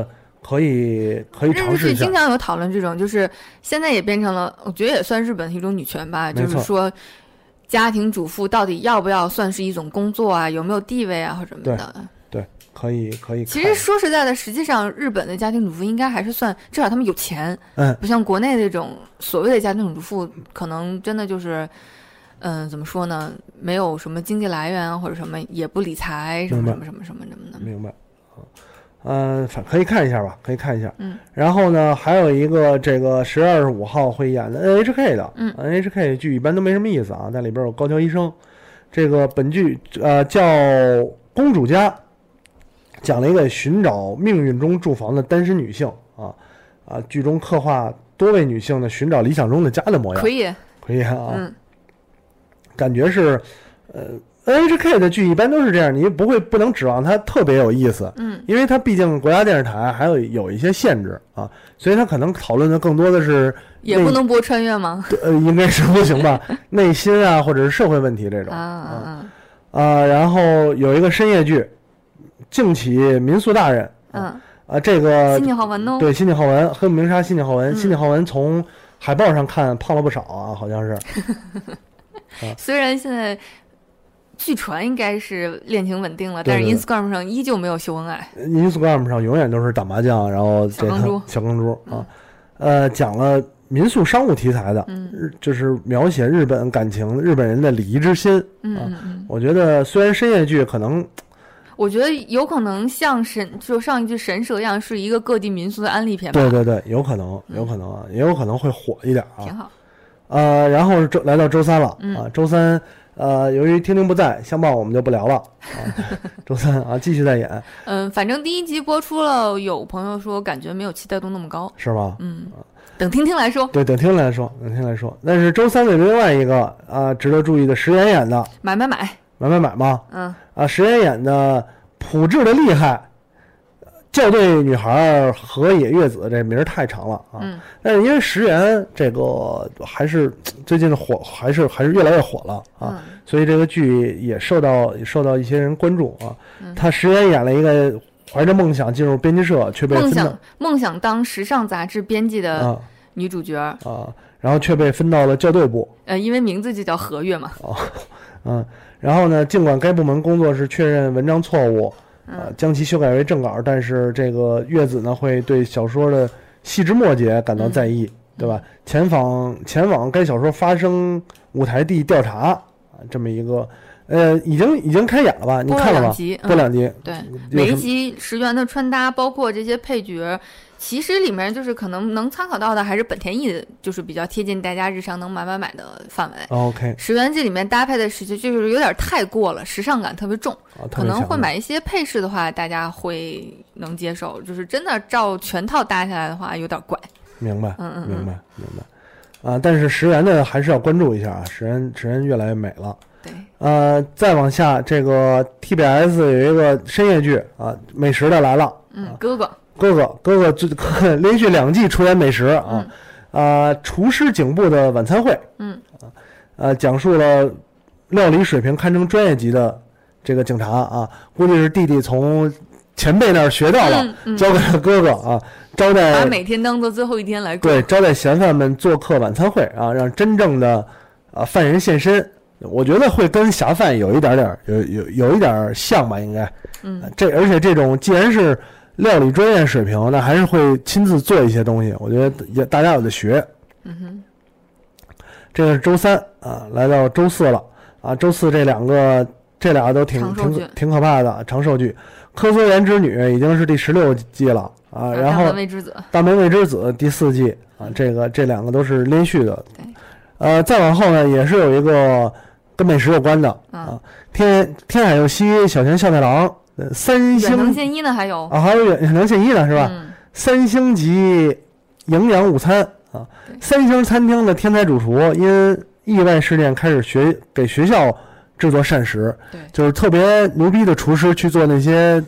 可以尝试一下。 经常有讨论这种，就是现在也变成了，我觉得也算日本的一种女权吧，就是说家庭主妇到底要不要算是一种工作啊，有没有地位啊或者什么的。 对，可以。 其实说实在的，实际上日本的家庭主妇应该还是算，至少他们有钱，不像国内那种所谓的家庭主妇，可能真的就是，怎么说呢，没有什么经济来源或者什么，也不理财，什么的。 明白。可以看一下吧，可以看一下。然后呢，还有一个这个10月25号会演的 NHK 的，NHK 剧一般都没什么意思啊，在里边有高桥医生。这个本剧叫《公主家》，讲了一个寻找命运中住房的单身女性剧中刻画多位女性的寻找理想中的家的模样。可以啊，感觉是NHK 的剧一般都是这样，你不能指望它特别有意思，因为它毕竟国家电视台还有一些限制啊，所以它可能讨论的更多的是也不能播穿越吗？ 应该是不行吧，内心啊或者是社会问题这种然后有一个深夜剧，敬启民宿大人，这个新井浩文哦， 对，新井浩文，黑木鸣沙，新井浩文，新井浩文从海报上看胖了不少啊，好像是。 虽然现在据传应该是恋情稳定了，但是 Instagram 上依旧没有秀恩爱。 Instagram 上永远都是打麻将，然后小钢珠讲了民宿商务题材的，就是描写日本感情、日本人的礼仪之心。我觉得虽然深夜剧可能。 我觉得有可能像就上一句神蛇一样，是一个各地民宿的安利片吧。 对，有可能啊，也有可能会火一点啊。 挺好。 然后来到周三了周三由于听不在，相报我们就不聊了周三继续再演。 反正第1集播出了，有朋友说感觉没有期待度那么高， 是吗？ 等听来说。 对，等听来说。但是周三的另外一个值得注意的，石原演的买吗？石原演的朴智的厉害，校对女孩河野月子，这名儿太长了但是因为石原这个还是最近的火，还是越来越火了所以这个剧也受到一些人关注他石原演了一个怀着梦想进入编辑社，却被梦想当时尚杂志编辑的女主角然后却被分到了校对部因为名字就叫和月嘛然后呢，尽管该部门工作是确认文章错误将其修改为正稿，但是这个月子呢会对小说的细枝末节感到在意对吧？前往该小说发生舞台地调查这么一个已经开演了吧？你看了吧？播2集对，每一集石原的穿搭包括这些配角，其实里面就是可能能参考到的还是本田翼的，就是比较贴近大家日常能买的范围。 OK， 石原这里面搭配的时期就是有点太过了，时尚感特别重，可能会买一些配饰的话，大家会能接受。就是真的照全套搭下来的话，有点怪。 明白，明白。但是石原的还是要关注一下石原越来越美了。 对。 再往下，这个 TBS 有一个深夜剧美食的来了。 哥哥连续2季出演美食厨师警部的晚餐会讲述了料理水平堪称专业级的这个警察估计是弟弟从前辈那儿学到了交给了哥哥招待， 把每天当做最后一天来过。 对，招待嫌犯们做客晚餐会让真正的犯人现身。我觉得会跟侠犯有一点像吧，应该而且这种既然是料理专业水平，那还是会亲自做一些东西，我觉得也大家有的学。这个是周三来到周四了周四这俩都挺可怕的长寿剧。科索原之女已经是第16季了然后大门卫之子第4季这两个都是连续的。 对。 再往后呢，也是有一个跟美食有关的天海佑希小泉孝太郎3星远藤宪一呢，还有还有远藤宪一呢，是吧？3星级营养午餐3星餐厅的天才主厨因意外事件开始给学校制作膳食， 对， 就是特别牛逼的厨师去做那些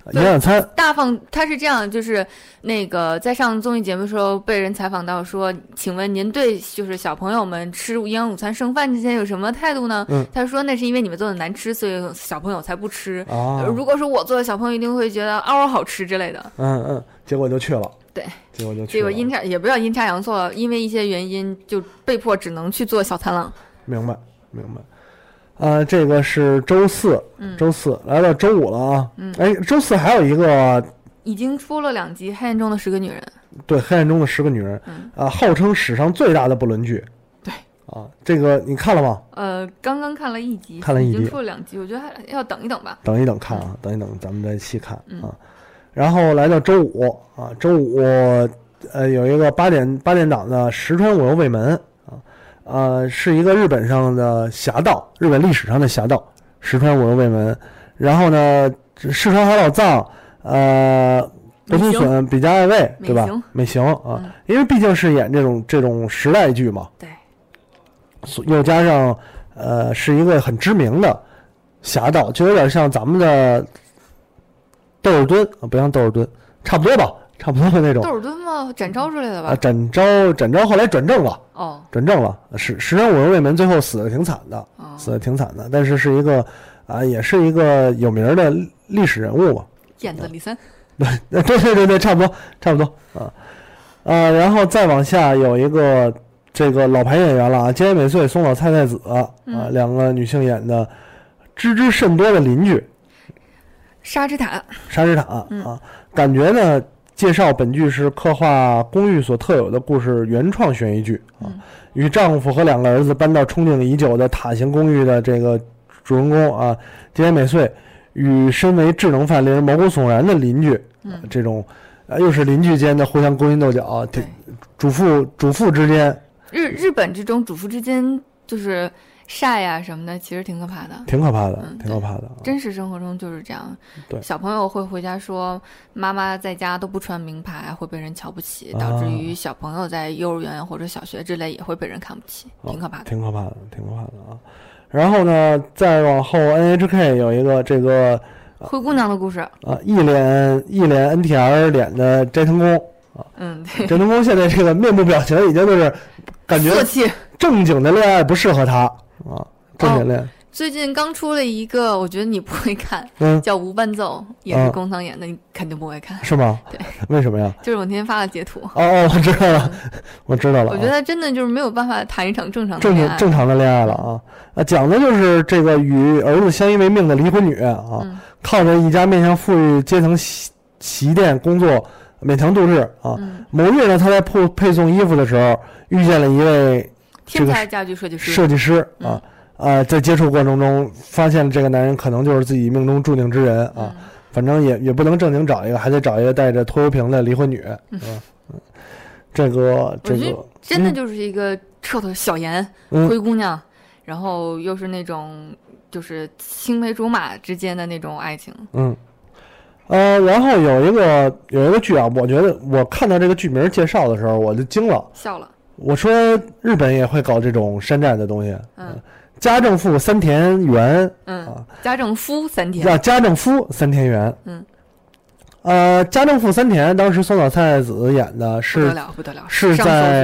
营养餐大放，他是这样，就是那个在上综艺节目的时候被人采访到说，请问您对就是小朋友们吃营养午餐剩饭之前有什么态度呢？他说那是因为你们做的难吃，所以小朋友才不吃。如果说我做的，小朋友一定会觉得嗷好吃之类的。 结果就去了。 对， 结果也不要阴差阳错，因为一些原因就被迫只能去做小餐了。 明白。这个是周四，周四来到周五了啊。周四还有一个已经出了2集《黑暗中的10个女人》。 对，《黑暗中的10个女人》号称史上最大的不伦剧。 对啊，这个你看了吗？ 刚刚看了1集， 已经出了2集，我觉得还要等一等吧。 等一等看啊，等一等，咱们再细看啊。然后来到周五啊，周五有一个8点档的石川我又卫门。是一个日本上的侠盗，日本历史上的侠盗石川我又卫门。然后呢，市川海老藏，德土隼比嘉爱未，对吧？美行啊，因为毕竟是演这种时代剧嘛。 对。 又加上是一个很知名的侠盗，就有点像咱们的窦尔敦啊，不像窦尔敦，差不多吧。差不多的那种。 窦尔敦吗？展昭之类的吧？ 展昭后来转正了。转正了。石川我又卫门最后死的挺惨的，但是是一个也是一个有名的历史人物吧。 燕子李三。 对，差不多然后再往下有一个这个老牌演员了啊，菅野美穗、松岛菜菜子2个女性演的知之甚多的邻居。 沙之塔感觉呢。介绍本剧是刻画公寓所特有的故事原创悬疑剧与丈夫和2个儿子搬到憧憬已久的塔型公寓的这个主人公菅野美穗与身为智能犯令人毛骨悚然的邻居这种又是邻居间的互相勾心斗角，主妇之间， 日本这种主妇之间就是晒呀什么的，其实挺可怕的， 挺可怕的。 真实生活中就是这样。 对， 小朋友会回家说妈妈在家都不穿名牌，会被人瞧不起，导致于小朋友在幼儿园或者小学之类也会被人看不起，挺可怕的。 挺可怕的啊！然后呢，再往后 NHK 有一个这个灰姑娘的故事一脸 NTR 脸的斋藤工对，斋藤工现在这个面部表情已经就是感觉正经的恋爱不适合他。正经恋最近刚出了一个，我觉得你不会看，叫《无伴奏》，也是宫仓演的，你肯定不会看， 是吗？ 对， 为什么呀？ 就是我那天发了截图。 我知道了，我知道了。 我觉得真的就是没有办法谈一场正常的恋爱了讲的就是这个与儿子相依为命的离婚女靠着一家面向富裕阶层洗衣店工作勉强度日某日呢，她在配送衣服的时候遇见了一位天才家具设计师在接触过程中发现这个男人可能就是自己命中注定之人反正也不能正经找一个，还得找一个带着拖油瓶的离婚女这个真的就是一个彻头小颜灰姑娘，然后又是那种就是青梅竹马之间的那种爱情。 然后有一个剧我觉得我看到这个剧名介绍的时候我就惊了， 笑了。 我说日本也会搞这种山寨的东西。家政妇三田园。 家政夫三田。 家政夫三田园。家政妇三田当时松岛菜菜子演的是不得了， 是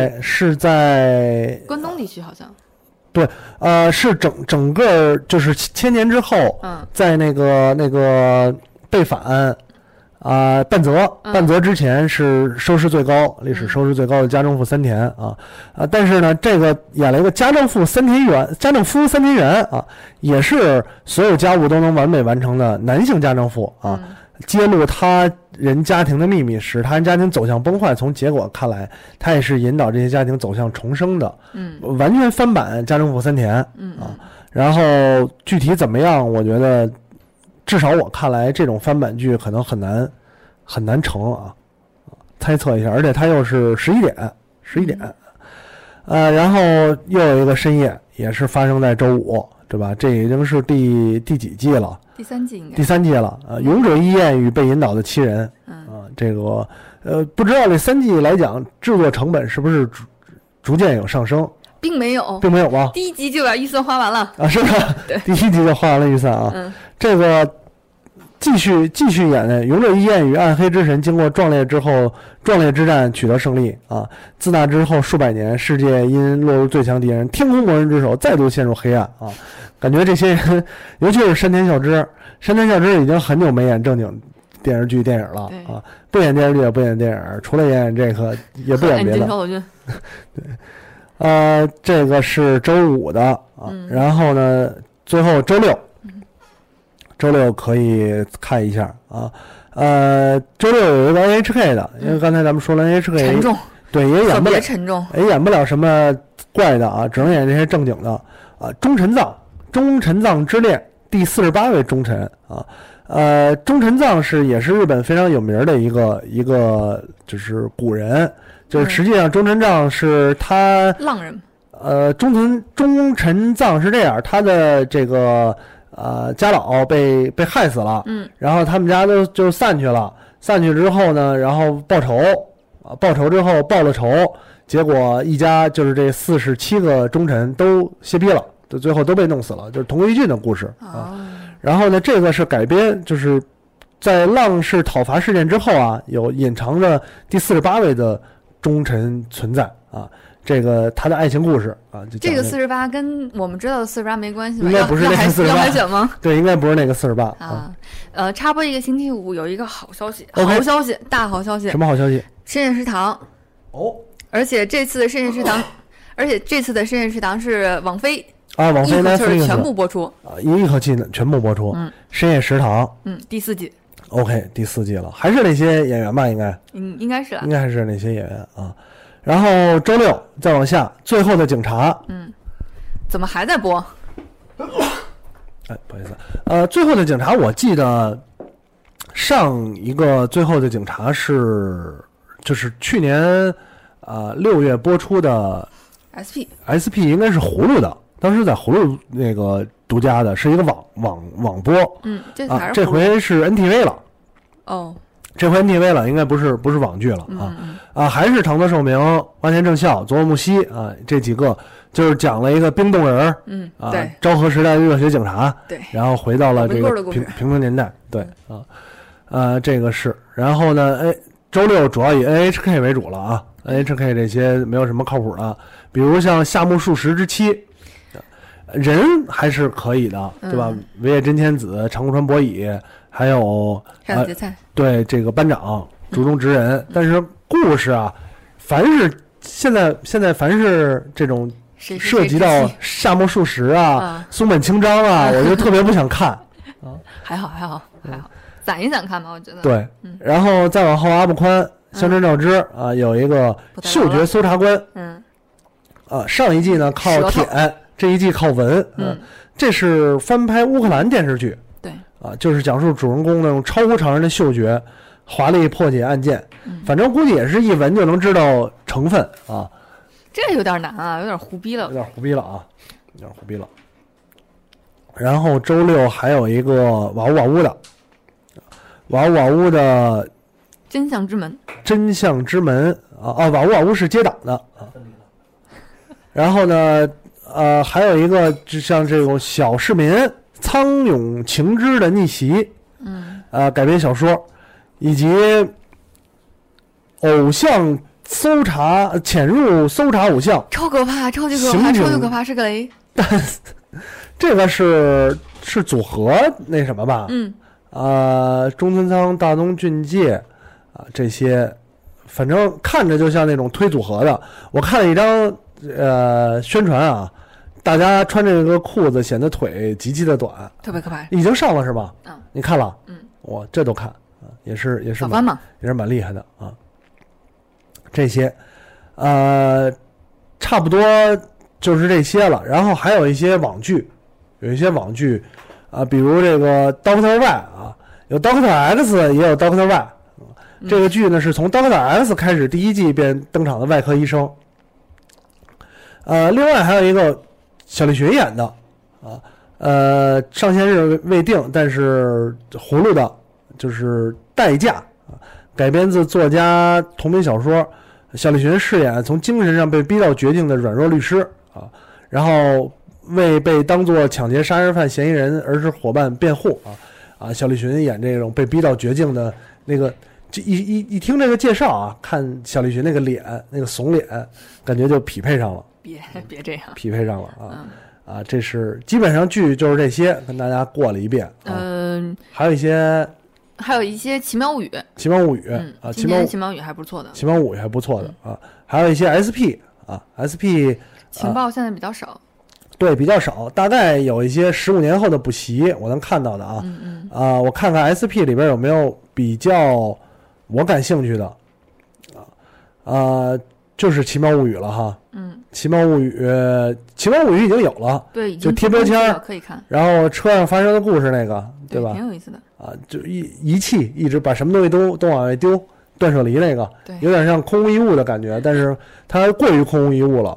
在关东地区好像。 对，是整个就是千年之后，在那个被反。半泽之前是收视最高，历史收视最高的家政妇三田但是呢，这个演了一个家政夫三田园也是所有家务都能完美完成的男性家政妇揭露他人家庭的秘密，使他人家庭走向崩坏。从结果看来，他也是引导这些家庭走向重生的，完全翻版家政妇三田然后具体怎么样，我觉得。至少我看来，这种翻版剧可能很难成猜测一下，而且它又是11点，然后又有一个深夜，也是发生在周五，对吧？这已经是第几季了？ 第3季应该。 第3季了勇者一彦与被引导的7人这个不知道这3季来讲，制作成本是不是逐渐有上升？ 并没有吗？ 第1集就把预算花完了是吧？第1集就花完了预算这个继续演的勇者义彦与暗黑之神经过壮烈之战取得胜利啊！自那之后数百年，世界因落入最强敌人天空魔人之手，再度陷入黑暗啊！感觉这些人，尤其是山田孝之已经很久没演正经电视剧电影了啊，不演电视剧也不演电影，除了演这个也不演别的。对，这个是周5的啊，然后呢，最后周六可以看一下啊。周六有一个 NHK 的，因为刚才咱们说了 NHK 沉重， 对，也演不了沉重， 也演不了什么怪的啊，只能演这些正经的啊。忠臣藏之恋第48位忠臣啊。忠臣藏也是日本非常有名的一个就是古人，就是实际上忠臣藏是他浪人。 忠臣藏是这样，他的这个家老被害死了，然后他们家就散去了，散去之后呢，然后报仇之后报了仇，结果一家就是这47个忠臣都歇逼了，就最后都被弄死了，就是同归于尽的故事啊。然后呢，这个是改编，就是在浪氏讨伐事件之后啊，有隐藏的第48位的忠臣存在啊。这个他的爱情故事啊，就这个48跟我们知道的48没关系吧？ 应该不是那个48， 要海选吗？ 对，应该不是那个48 啊。插播一个星期5有一个好消息，大好消息。 什么好消息？ 深夜食堂哦， 而且这次的深夜食堂是网飞啊，网飞一口气全部播出啊，一口气全部播出。深夜食堂， 第4季。 OK， 第4季了，还是那些演员吧？应该该是， 应该还是那些演员啊。然后周6再往下，最后的警察， 怎么还在播？ 哎，不好意思，最后的警察，我记得上一个最后的警察就是去年6月播出的 SP 应该是葫芦的，当时在葫芦那个独家的，是一个网播，这回是 NTV 了， 哦。 这回 NTV 了，应该不是网剧了还是唐泽寿明、洼田正孝、佐佐木希啊，这几个就是讲了一个冰冻人对， 昭和时代的热血警察， 对， 然后回到了这个平成年代，对这个是，然后呢，周6主要以 NHK 为主了啊 ，NHK 这些没有什么靠谱的，比如像夏目漱石之妻。人还是可以的，对吧？维野真千子、长谷川博乙，还有对这个班长竹中直人，但是故事啊，凡是现在凡是这种涉及到夏目漱石松本清张我就特别不想看还好，攒一攒看吧，我觉得。 对，然后再往后，阿部宽、香川照之有一个嗅觉搜查官，上一季呢靠舔。这一季靠文，这是翻拍乌克兰电视剧， 对就是讲述主人公那种超乎常人的嗅觉，华丽破解案件，反正估计也是一闻就能知道成分啊。 这有点难啊，有点胡逼了， 有点胡逼了。然后周6还有一个瓦屋的真相之门瓦屋是接档的啊。然后呢？还有一个就像这种小市民苍永晴之的逆袭，改编小说，以及偶像潜入搜查偶像， 超可怕，超级可怕，超级可怕，是个雷。 但这个是组合那什么吧？中村仓、大东俊介这些，反正看着就像那种推组合的。我看了一张宣传大家穿这个裤子显得腿极其的短， 特别可怕。 已经上了是吧？你看了？我这都看也是蛮厉害的啊。这些差不多就是这些了。然后还有一些网剧，比如这个 Dr. Y 有 Dr. X 也有 Dr. Y。这个剧呢是从 Dr. X 开始第1季便登场的外科医生。另外还有一个小栗旬演的上线日未定，但是葫芦的就是代价改编自作家同名小说，小栗旬饰演从精神上被逼到绝境的软弱律师然后为被当作抢劫杀人犯嫌疑人而是伙伴辩护啊，小栗旬演这种被逼到绝境的那个，这一听这个介绍啊，看小栗旬那个脸，那个怂脸，感觉就匹配上了。 别这样， 匹配上了啊。啊，这是基本上剧就是这些，跟大家过了一遍。还有一些奇妙物语。奇妙物语啊， 今年奇妙物语还不错的。 奇妙物语还不错的啊，还有一些 SP 啊 ，SP 情报现在比较少。 对，比较少，大概有一些15年后的补习，我能看到的啊。我看看 SP 里边有没有比较我感兴趣的就是奇妙物语了哈。奇妙物语已经有了， 对， 就贴标签可以看。 然后车上发生的故事那个，对吧？ 挺有意思的啊，就遗弃，一直把什么东西都往外丢，断舍离那个， 对， 有点像空无一物的感觉，但是它过于空无一物了。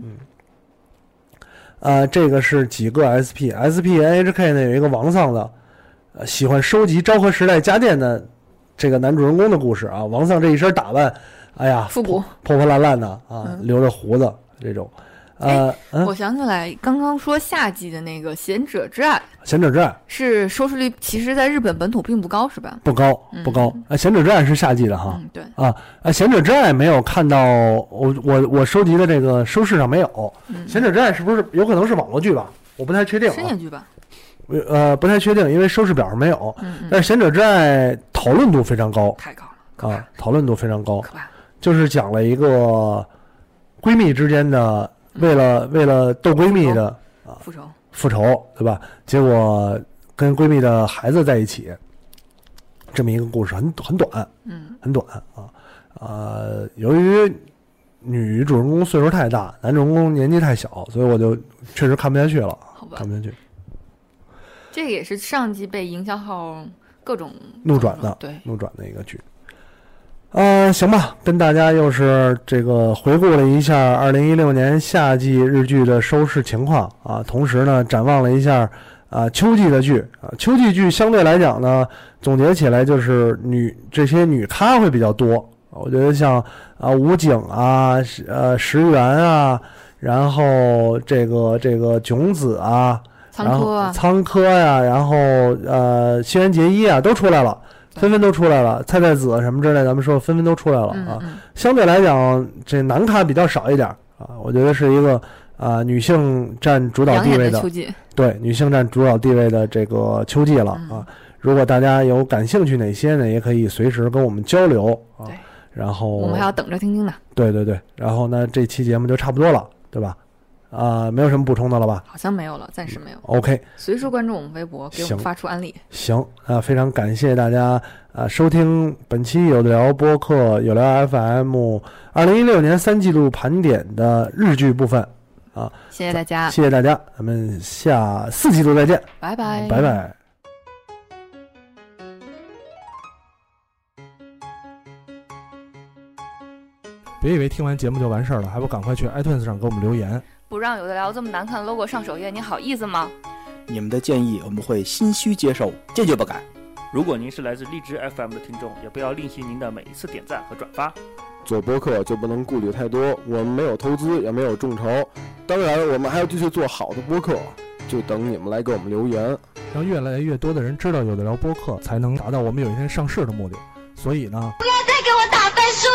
这个是几个 SP NHK 呢有一个王丧的，喜欢收集昭和时代家电的这个男主人公的故事啊。王丧这一身打扮，哎呀， 复古， 破破烂烂的啊，留着胡子这种。 我想起来，刚刚说夏季的那个《贤者之爱》， 贤者之爱是收视率，其实在日本本土并不高，是吧？ 不高。贤者之爱是夏季的哈。 对贤者之爱没有看到，我收集的这个收视上没有。贤者之爱是不是有可能是网络剧吧？我不太确定。 深夜剧吧？ 不太确定，因为收视表上没有。但是贤者之爱讨论度非常高， 太高了讨论度非常高， 可怕。 就是讲了一个闺蜜之间的。为了斗闺蜜的复仇，对吧？结果跟闺蜜的孩子在一起，这么一个故事，很短，很短啊。由于女主人公岁数太大，男主人公年纪太小，所以我就确实看不下去了，看不下去。 这个也是上季被营销号各种怒转的一个剧。行吧，跟大家又是这个回顾了一下2016年夏季日剧的收视情况啊，同时呢展望了一下秋季的剧啊。秋季剧相对来讲呢，总结起来就是这些女咖会比较多。我觉得像武警啊，石原啊，然后这个炯子啊，仓科呀，然后新垣结衣啊都出来了。纷纷都出来了，菜菜子什么之类，咱们说纷纷都出来了啊。相对来讲，这男咖比较少一点啊。我觉得是一个女性占主导地位的，对，女性占主导地位的这个秋季了啊。如果大家有感兴趣哪些呢，也可以随时跟我们交流啊。 对， 然后我们还要等着听听呢。对， 然后呢，这期节目就差不多了，对吧？没有什么补充的了吧？ 好像没有了，暂时没有。 OK， 随时关注我们微博，给我们发出安利。 行非常感谢大家收听本期有的聊播客有聊 FM 2016年3季度盘点的日剧部分啊， 谢谢大家， 咱们下4季度再见， 拜拜。 别以为听完节目就完事儿了，还不赶快去 iTunes 上给我们留言。 不让有的聊这么难看 logo 上首页，你好意思吗？ 你们的建议我们会心虚接受，坚决不改。 如果您是来自荔枝 FM 的听众，也不要吝惜您的每一次点赞和转发。 做播客就不能顾虑太多，我们没有投资，也没有众筹，当然我们还要继续做好的播客，就等你们来给我们留言， 让越来越多的人知道有的聊播客，才能达到我们有一天上市的目的。所以呢， 不要再给我打分数。